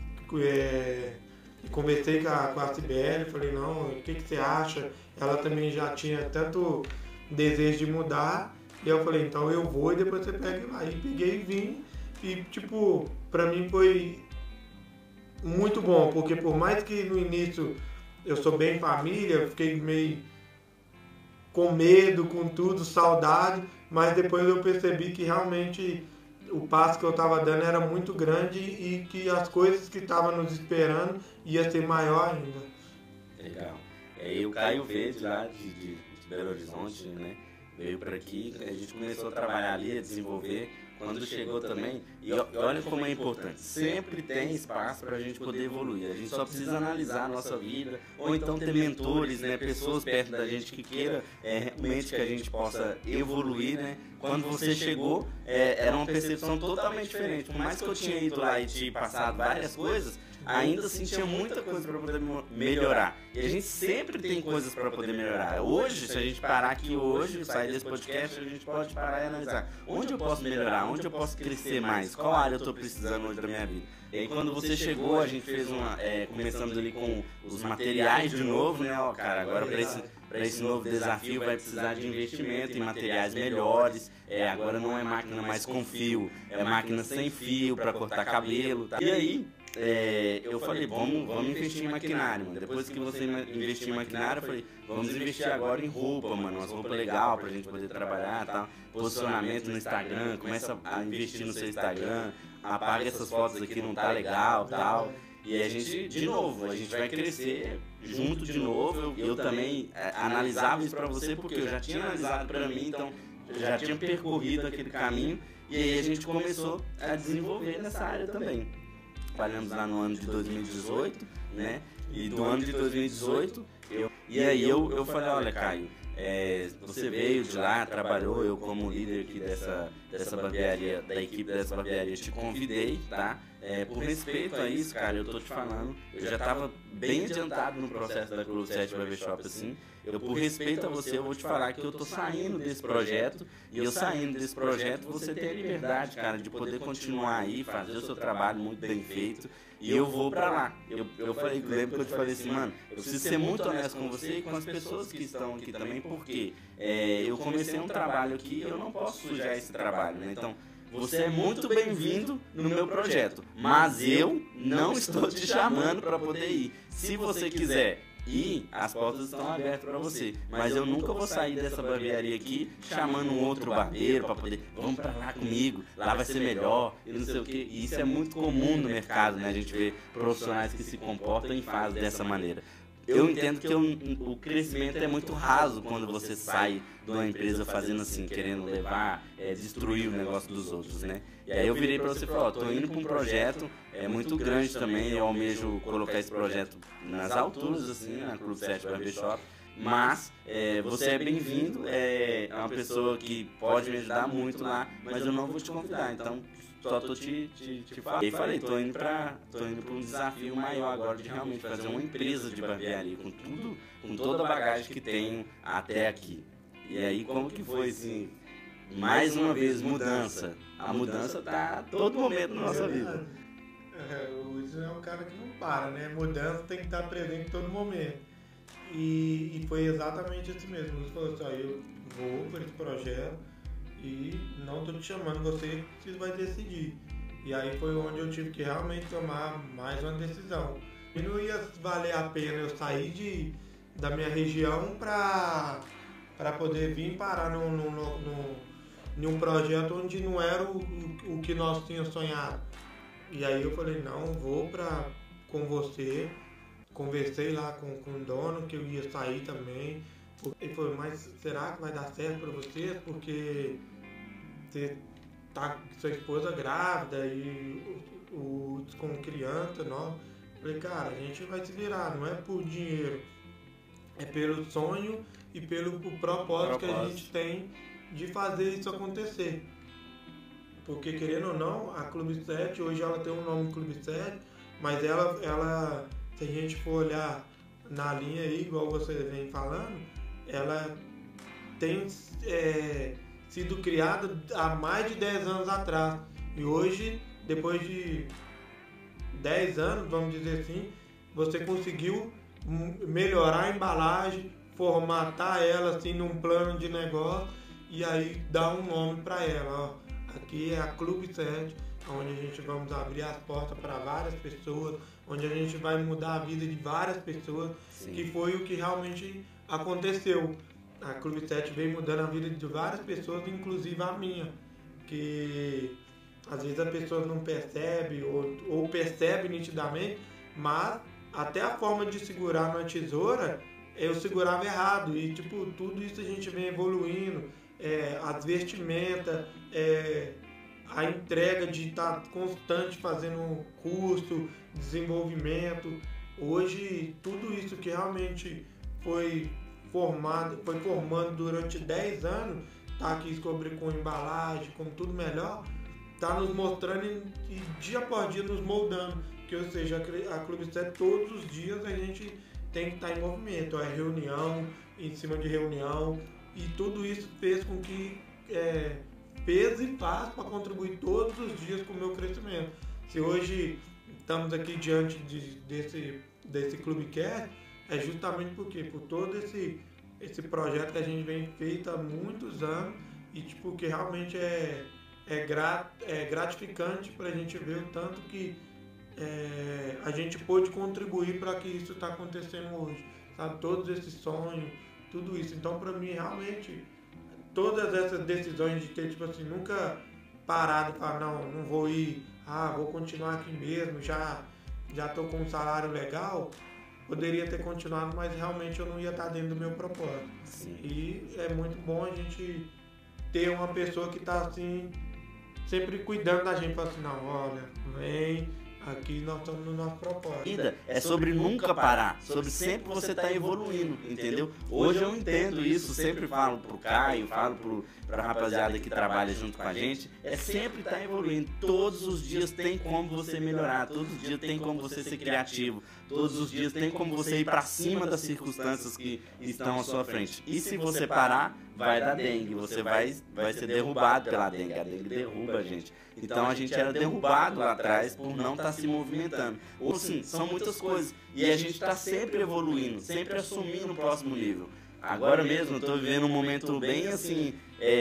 e conversei com a Cibele, falei, não, o que você acha? Ela também já tinha tanto desejo de mudar, e eu falei, então eu vou e depois você pega lá. E peguei e vim, e pra mim foi muito bom, porque por mais que no início eu sou bem família, fiquei meio com medo, com tudo, saudade, mas depois eu percebi que realmente o passo que eu estava dando era muito grande e que as coisas que estavam nos esperando ia ser maior ainda. Legal. E aí o Caio veio de lá de Belo Horizonte, né? Veio para aqui, a gente começou a trabalhar ali, a desenvolver. Quando chegou também, e olha como é importante, sempre tem espaço para a gente poder evoluir. A gente só precisa analisar a nossa vida, ou então ter mentores, né, pessoas perto da gente que queira realmente que a gente possa evoluir, né? Quando você chegou, era uma percepção totalmente diferente. Por mais que eu tinha ido lá e tinha passado várias coisas, ainda assim tinha muita coisa para poder melhorar. E a gente sempre tem coisas para poder melhorar. Hoje, se a gente parar aqui hoje, sair desse podcast, a gente pode parar e analisar onde eu posso melhorar, onde eu posso crescer mais, qual área eu estou precisando hoje da minha vida. E aí quando você chegou, a gente fez começamos ali com os materiais de novo, né? Ó, cara, agora para esse novo desafio vai precisar de investimento em materiais melhores. Agora não é máquina mais com fio, é máquina sem fio para cortar cabelo, tá? E aí eu falei, vamos investir em maquinário, mano. Depois que você investir em maquinário, eu falei, vamos investir agora em roupa, mano. Umas roupas legais pra gente poder trabalhar, tá? Posicionamento no Instagram, começa a investir no seu Instagram, apaga essas fotos aqui, não tá legal, tal. E a gente, de novo, a gente vai crescer junto de novo. Eu também analisava isso pra você, porque eu já tinha analisado pra mim, então já tinha percorrido aquele caminho. E aí a gente começou a desenvolver nessa área também. Trabalhamos lá no ano de 2018, né? E do ano de 2018, eu falei, olha, Caio, você veio de lá, trabalhou, eu como líder aqui dessa barbearia, da equipe dessa barbearia, te convidei, tá? Por respeito a isso, cara, eu tô te falando, eu já tava bem adiantado no processo da Clube 7 Barbershop, assim, por respeito a você, eu vou te falar que eu tô saindo desse projeto, e eu saindo desse projeto, você tem a liberdade, cara, de poder continuar aí, fazer o seu trabalho muito bem feito, e eu vou pra lá. Eu falei, lembro que eu te falei assim, mano, eu preciso ser muito honesto com você e com as pessoas que estão aqui também, porque eu comecei um trabalho aqui e eu não posso sujar esse trabalho, né? Então, você é muito bem-vindo no meu projeto, mas eu não estou te chamando para poder ir. Se você quiser ir, as portas estão abertas para você, mas eu nunca vou sair dessa barbearia aqui chamando um outro barbeiro para poder, vamos para lá comigo, lá vai ser melhor, e não sei o que. E isso é muito comum no mercado, né? A gente vê profissionais que se comportam e fazem dessa maneira. Eu entendo que o crescimento é muito raso quando você sai de uma empresa fazendo assim, querendo levar, destruir o negócio dos outros, né? E aí eu virei para você e falei, tô indo para um projeto muito grande também, eu almejo colocar esse projeto nas alturas, assim, na Clube 7 Barbershop, mas você é bem-vindo, é uma pessoa que pode me ajudar muito lá, mas eu não vou te convidar, então só tô te falando. E falei, tô indo pra um desafio maior agora de realmente fazer uma empresa de barbearia com toda a bagagem que tenho até aqui. E aí como que foi assim, mais uma vez, mudança. A mudança tá a todo momento na nossa vida. O Wilson é um cara que não para, né? Mudança tem que estar presente em todo momento. E foi exatamente assim mesmo. Ele falou assim, eu vou para esse projeto e não tô te chamando, você vai decidir. E aí foi onde eu tive que realmente tomar mais uma decisão. E não ia valer a pena eu sair da minha região para poder vir parar num projeto onde não era o que nós tínhamos sonhado. E aí eu falei, não, vou com você. Conversei lá com o dono que eu ia sair também. Ele falou, mas será que vai dar certo para vocês? Porque você tá com sua esposa grávida e com criança, não. Eu falei, cara, a gente vai se virar, não é por dinheiro, é pelo sonho e pelo propósito que a gente tem de fazer isso acontecer. Porque querendo ou não, a Clube 7, hoje ela tem um nome Clube 7, mas ela se a gente for olhar na linha aí, igual você vem falando, ela tem sido criada há mais de 10 anos atrás. E hoje, depois de 10 anos, vamos dizer assim, você conseguiu melhorar a embalagem, formatar ela assim num plano de negócio e aí dar um nome para ela. Ó, aqui é a Clube 7, onde a gente vamos abrir as portas para várias pessoas, onde a gente vai mudar a vida de várias pessoas. Sim. Que foi o que realmente aconteceu. A Clube 7 veio mudando a vida de várias pessoas, inclusive a minha, que às vezes a pessoa não percebe ou percebe nitidamente, mas até a forma de segurar na tesoura eu segurava errado e tipo, tudo isso a gente vem evoluindo, as vestimentas, a entrega de estar constante fazendo curso, desenvolvimento. Hoje tudo isso que realmente foi formando durante 10 anos, tá aqui com embalagem, com tudo melhor, tá nos mostrando e dia após dia nos moldando, que, ou seja, a Clube 7 todos os dias a gente tem que estar em movimento, é reunião, em cima de reunião, e tudo isso fez com que fez e faz para contribuir todos os dias com o meu crescimento. Se hoje estamos aqui diante desse Clubecast, é justamente por todo esse projeto que a gente vem feito há muitos anos e tipo, que realmente é gratificante para a gente ver o tanto que a gente pôde contribuir para que isso está acontecendo hoje, sabe? Todos esses sonhos, tudo isso. Então, para mim, realmente, todas essas decisões de ter, tipo assim, nunca parado e falar, não vou ir, vou continuar aqui mesmo, já estou com um salário legal, poderia ter continuado, mas realmente eu não ia estar dentro do meu propósito. Sim. E é muito bom a gente ter uma pessoa que está assim, sempre cuidando da gente, falando assim, não, olha, vem, aqui nós estamos no nosso propósito. Vida é sobre nunca parar, sobre sempre você estar evoluindo, entendeu? Hoje eu entendo isso, sempre falo pro Caio, falo pra rapaziada que trabalha junto com a gente, é sempre estar evoluindo. Todos os dias tem como você melhorar, todos os dias tem como você ser criativo, todos os dias tem como você ir pra cima das circunstâncias que estão à sua frente. E se você parar, vai dar dengue, você vai ser derrubado pela dengue, a dengue derruba a gente. Então a gente era derrubado lá atrás por não estar se movimentando. Ou sim, são muitas coisas. E a gente está sempre evoluindo, sempre assumindo o próximo nível. Agora mesmo eu estou vivendo um momento bem assim,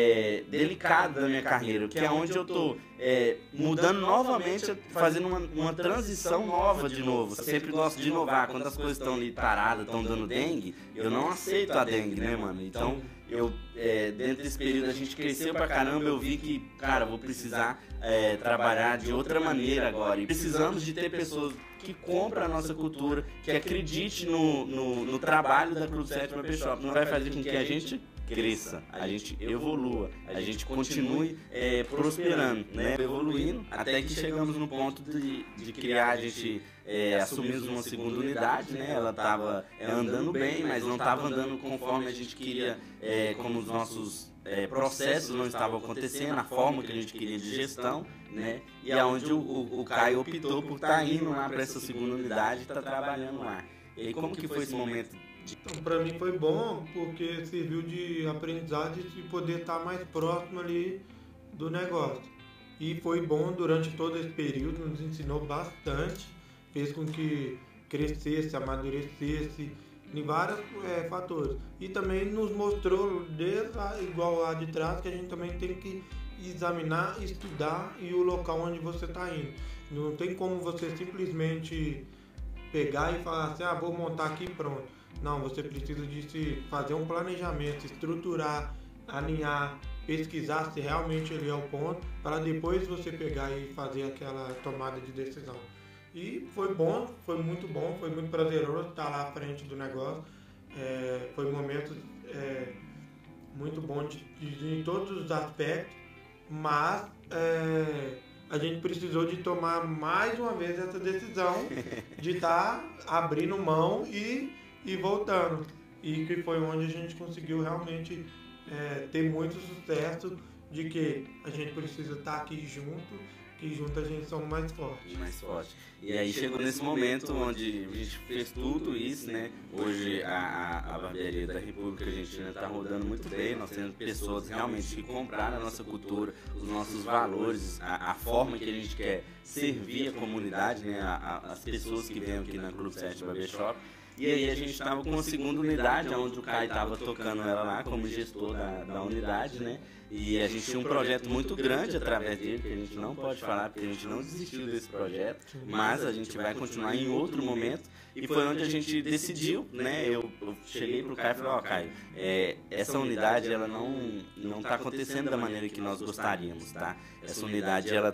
delicado da minha carreira, que é onde eu estou mudando novamente, fazendo uma transição nova de novo. Eu sempre gosto de inovar. Quando as coisas estão ali paradas, estão dando dengue, eu não aceito a dengue, né, mano? Então, dentro desse período a gente cresceu pra caramba, eu vi que, cara, vou precisar trabalhar de outra maneira agora. E precisamos de ter pessoas que compram a nossa cultura, que acredite no trabalho da Clube 7 Barber Shop. Não vai fazer com que a gente cresça, a gente evolua, a gente continue prosperando, né? Evoluindo, até que chegamos no ponto de criar, a gente assumimos uma segunda unidade, né? Ela estava andando bem, mas não estava andando conforme a gente queria, como os nossos processos não estavam acontecendo, a forma que a gente queria de gestão, né? E aonde o Caio optou por estar indo lá para essa segunda unidade e estar trabalhando lá. E aí, como que foi esse momento? Então, para mim foi bom porque serviu de aprendizado de poder estar mais próximo ali do negócio. E foi bom durante todo esse período, nos ensinou bastante, fez com que crescesse, amadurecesse em vários fatores. E também nos mostrou, igual lá de trás, que a gente também tem que examinar, estudar e o local onde você está indo. Não tem como você simplesmente pegar e falar assim, vou montar aqui e pronto. Não, você precisa de fazer um planejamento, estruturar, alinhar, pesquisar se realmente ele é o ponto, para depois você pegar e fazer aquela tomada de decisão. E foi bom, foi muito prazeroso estar lá à frente do negócio. Foi um momento muito bom em todos os aspectos, mas a gente precisou de tomar mais uma vez essa decisão de estar abrindo mão e voltando. E que foi onde a gente conseguiu realmente ter muito sucesso, de que a gente precisa estar aqui junto, que junto a gente somos mais fortes. Mais forte. E aí chegou nesse momento onde a gente fez tudo isso, né? Hoje a barbearia da República Argentina está rodando muito bem, nós temos pessoas realmente que compraram a nossa cultura, os nossos valores, a forma que a gente quer servir a comunidade, né? As pessoas que vêm aqui na Clube 7 Barber Shop. E aí a gente estava com uma segunda unidade, onde o Caio estava tocando ela lá como gestor da unidade, né? E a gente tinha um projeto muito grande através dele, que a gente não pode falar, porque a gente não desistiu desse projeto, mas a gente vai continuar em outro momento. E foi onde a gente decidiu, né? Eu cheguei pro Caio e falei, Caio, essa unidade ela não está acontecendo da maneira que nós gostaríamos, tá? Essa unidade ela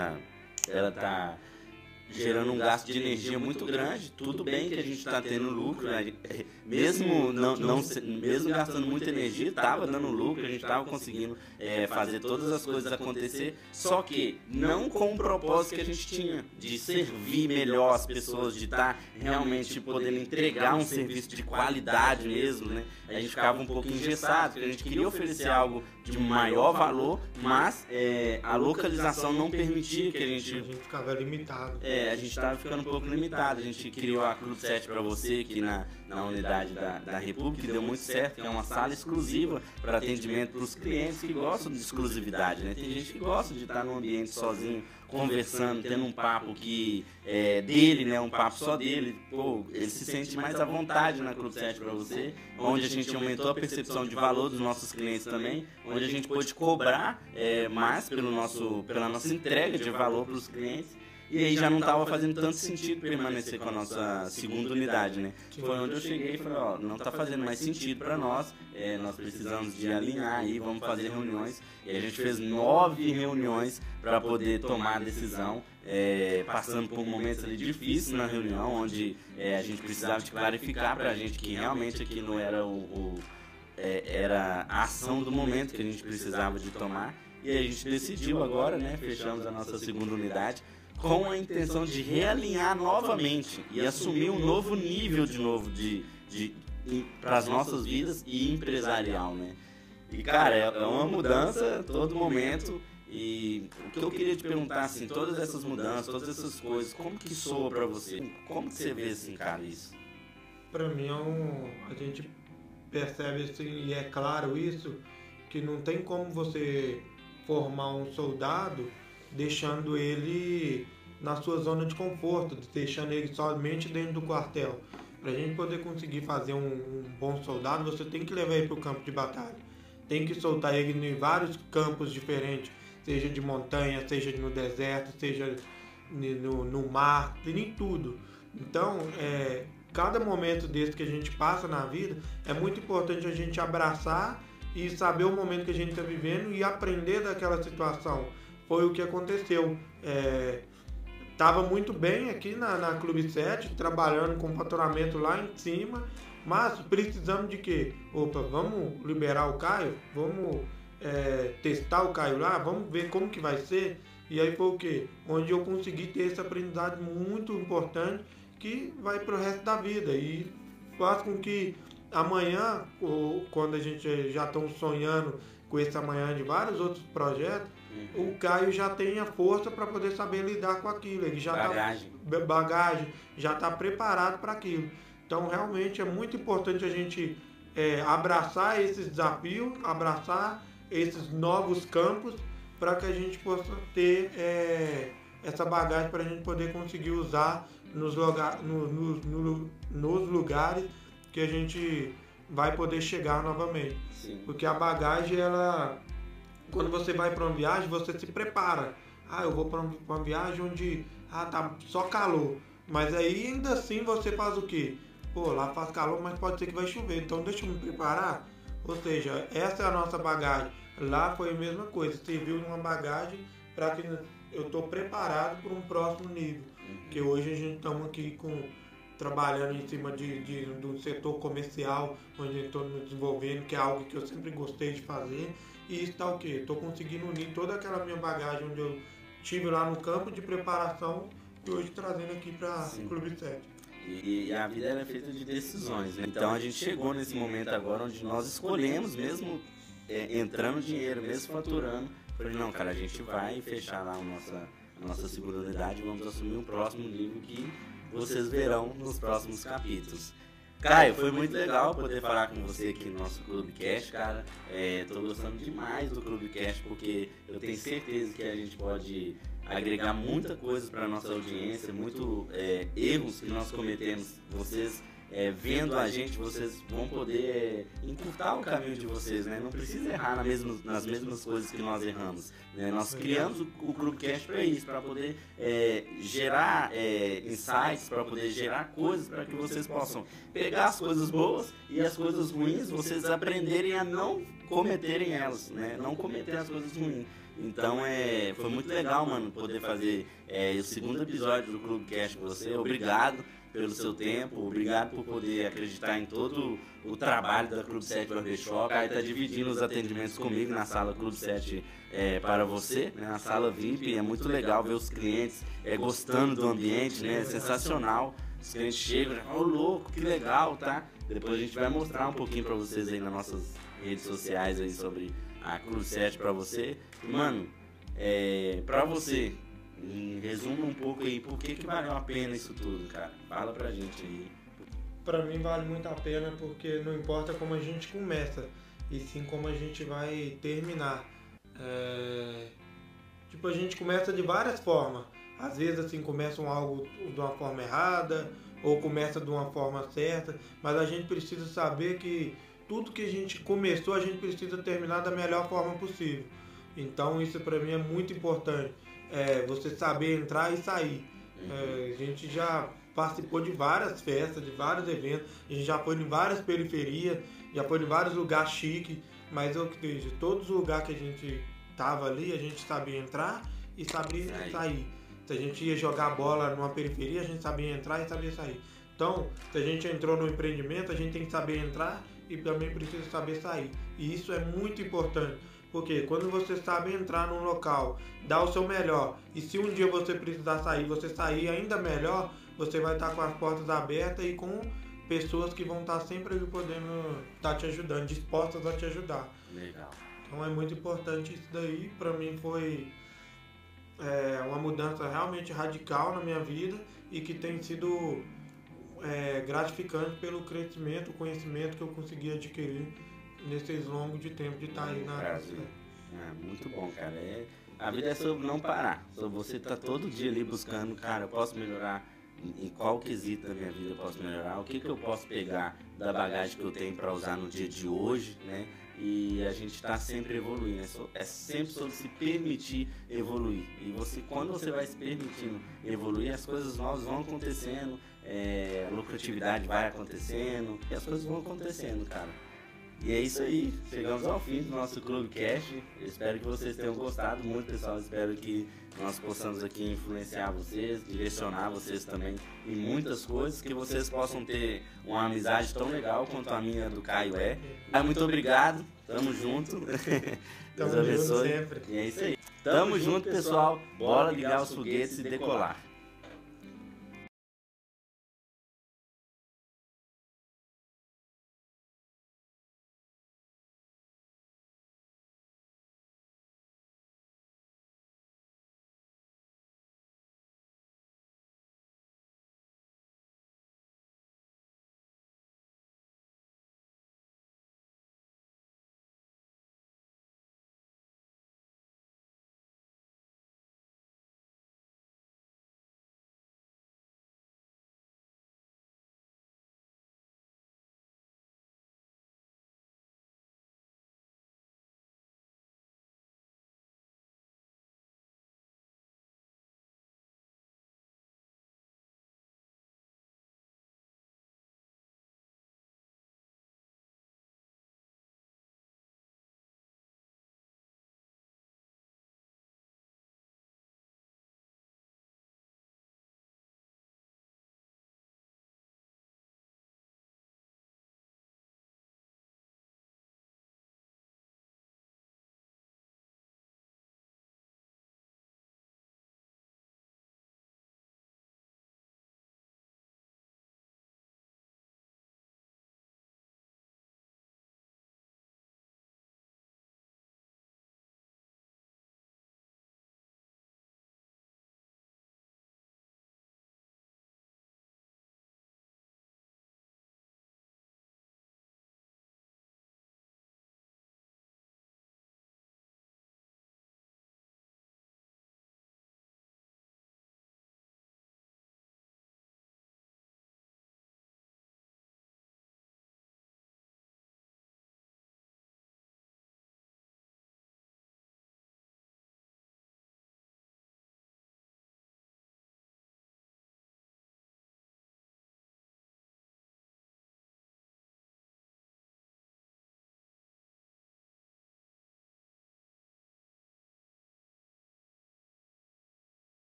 tá gerando um gasto de energia muito grande. Tudo bem que a gente está tendo lucro, né? mesmo mesmo gastando muita energia, estava dando lucro, a gente estava conseguindo fazer todas as coisas acontecer, só que não com o propósito que a gente tinha, de servir melhor as pessoas, de estar realmente podendo entregar um serviço de qualidade mesmo, né? A gente ficava um pouco engessado, porque a gente queria oferecer algo de maior valor, mas a localização não permitia que a gente ficava limitado. A gente estava ficando um pouco limitado. A gente criou a Clube 7 para você aqui na unidade da República, que deu muito certo, que é uma sala exclusiva para atendimento para os clientes que gostam de exclusividade, né? Tem gente que gosta de estar num ambiente sozinho, conversando, tendo um papo que é dele, né? Um papo só dele. Pô, ele se sente mais à vontade na Clube 7 para você, onde a gente aumentou a percepção de valor dos nossos clientes também, onde a gente pôde cobrar mais pela nossa entrega de valor para os clientes. E aí já não estava fazendo tanto sentido permanecer com a nossa segunda unidade, né? Foi onde eu cheguei e falei, ó, não está fazendo mais sentido para nós, nós precisamos de alinhar aí, vamos fazer reuniões. E a gente fez 9 reuniões para poder tomar a decisão, passando por momentos ali difíceis na reunião, onde a gente precisava de clarificar para a gente que realmente aquilo era era a ação do momento que a gente precisava de tomar. E aí a gente decidiu agora, né? Fechamos a nossa segunda unidade, com a intenção de realinhar novamente e assumir um novo nível para as nossas vidas e empresarial, né? E cara, é uma mudança a todo momento. E o que eu queria te perguntar, assim, todas essas mudanças, todas essas coisas, como que soa para você? Como que você vê assim, cara, isso? Para mim a gente percebe assim, e é claro isso, que não tem como você formar um soldado deixando ele na sua zona de conforto, deixando ele somente dentro do quartel. Para a gente poder conseguir fazer um bom soldado, você tem que levar ele para o campo de batalha. Tem que soltar ele em vários campos diferentes, seja de montanha, seja no deserto, seja no mar, em tudo. Então, cada momento desse que a gente passa na vida, é muito importante a gente abraçar e saber o momento que a gente está vivendo e aprender daquela situação. Foi o que aconteceu. Estava muito bem aqui na Clube 7, trabalhando com faturamento lá em cima, mas precisamos de quê? Opa, vamos liberar o Caio? Vamos testar o Caio lá? Vamos ver como que vai ser? E aí foi o quê? Onde eu consegui ter esse aprendizado muito importante que vai para o resto da vida e faz com que amanhã, quando a gente já está sonhando com esse amanhã de vários outros projetos, o Caio já tem a força para poder saber lidar com aquilo. Ele já bagagem, já está preparado para aquilo. Então, realmente é muito importante a gente abraçar esses desafios, abraçar esses novos campos, para que a gente possa ter essa bagagem para a gente poder conseguir usar nos lugares que a gente vai poder chegar novamente. Sim. Porque a bagagem, quando você vai para uma viagem, você se prepara. Eu vou para uma viagem onde tá só calor. Mas aí ainda assim você faz o quê? Lá faz calor, mas pode ser que vai chover. Então deixa eu me preparar. Ou seja, essa é a nossa bagagem. Lá foi a mesma coisa. Serviu uma bagagem para que eu estou preparado para um próximo nível. Que hoje a gente estamos aqui trabalhando em cima do setor comercial, onde estou me desenvolvendo, que é algo que eu sempre gostei de fazer. E isso está o quê? Estou conseguindo unir toda aquela minha bagagem onde eu tive lá no campo de preparação e hoje trazendo aqui para o Clube 7. E a vida é feita de decisões, né? Então a gente chegou nesse momento agora onde nós escolhemos, mesmo entrando dinheiro, mesmo faturando, falei, não, cara, a gente vai fechar lá a nossa segunda unidade e vamos assumir um próximo nível que vocês verão nos próximos capítulos. Caio, foi muito legal poder falar com você aqui no nosso Clubecast, cara. Tô gostando demais do Clubecast porque eu tenho certeza que a gente pode agregar muita coisa para nossa audiência, muito erros que nós cometemos. Vocês vendo a gente, vocês vão poder encurtar o caminho de vocês, né? Não precisa errar nas mesmas coisas que nós erramos, né? Nós criamos o Clubecast para isso, para poder gerar insights, para poder gerar coisas para que vocês possam pegar as coisas boas e as coisas ruins, vocês aprenderem a não cometerem elas, né? Não cometer as coisas ruins. Então foi muito legal, mano, poder fazer o segundo episódio do Clubecast com você. Obrigado. pelo seu tempo, obrigado por poder acreditar em todo o trabalho da Clube 7 Barbershop. Aí tá dividindo os atendimentos comigo na sala Clube 7 para você, né, na sala VIP. É muito legal ver os clientes gostando do ambiente, né, é sensacional. Os clientes chegam e falam, ô louco, que legal, tá? Depois a gente vai mostrar um pouquinho para vocês aí nas nossas redes sociais aí sobre a Clube 7 para você. E, mano, para você, resuma um pouco aí, por que valeu a pena isso tudo, cara? Fala pra gente aí. Pra mim vale muito a pena porque não importa como a gente começa, e sim como a gente vai terminar. Tipo, a gente começa de várias formas. Às vezes assim começam algo de uma forma errada, ou começa de uma forma certa, mas a gente precisa saber que tudo que a gente começou, a gente precisa terminar da melhor forma possível. Então isso pra mim é muito importante. Você saber entrar e sair. A gente já participou de várias festas, de vários eventos, a gente já foi em várias periferias, já foi em vários lugares chiques, mas eu acredito, todos os lugares que a gente tava ali, a gente sabia entrar e sabia sair. Se a gente ia jogar bola numa periferia, a gente sabia entrar e sabia sair. Então, se a gente entrou no empreendimento, a gente tem que saber entrar e também precisa saber sair. E isso é muito importante. Porque quando você sabe entrar num local, dar o seu melhor, e se um dia você precisar sair, você sair ainda melhor, você vai estar com as portas abertas e com pessoas que vão estar sempre ali podendo estar te ajudando, dispostas a te ajudar. Legal. Então é muito importante isso daí. Pra mim foi uma mudança realmente radical na minha vida e que tem sido gratificante pelo crescimento, o conhecimento que eu consegui adquirir nesses longos de tempo de estar aí na Brasil. Muito bom, cara. A vida é sobre não parar. Sobre você estar todo dia ali buscando, cara, eu posso melhorar em qual quesito da minha vida eu posso melhorar, o que eu posso pegar da bagagem que eu tenho para usar no dia de hoje, né? E a gente está sempre evoluindo, é sempre sobre se permitir evoluir. E quando você vai se permitindo evoluir, as coisas novas vão acontecendo, a lucratividade vai acontecendo, e as coisas vão acontecendo, cara. E é isso aí, chegamos ao fim do nosso Clubecast. Eu espero que vocês tenham gostado muito, pessoal. Espero que nós possamos aqui influenciar vocês, direcionar vocês também em muitas coisas, que vocês possam ter uma amizade tão legal quanto a minha do Caio é. Muito obrigado, tamo junto. Deus abençoe. E é isso aí. Tamo junto, pessoal. Bora ligar os foguetes e decolar.